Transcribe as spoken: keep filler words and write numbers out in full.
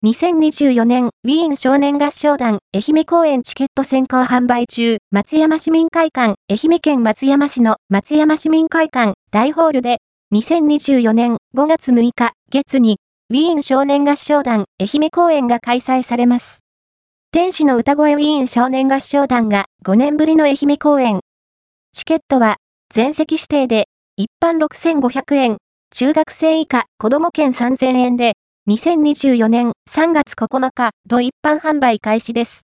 にせんにじゅうよねんウィーン少年合唱団愛媛公演チケット先行販売中、松山市民会館、愛媛県松山市の松山市民会館大ホールで、にせんにじゅうよねんごがつむいか月に、ウィーン少年合唱団愛媛公演が開催されます。天使の歌声ウィーン少年合唱団がごねんぶりの愛媛公演。チケットは全席指定で一般ろくせんごひゃくえん、中学生以下子供券さんぜんえんでにせんにじゅうよねんさんがつここのか土一般販売開始です。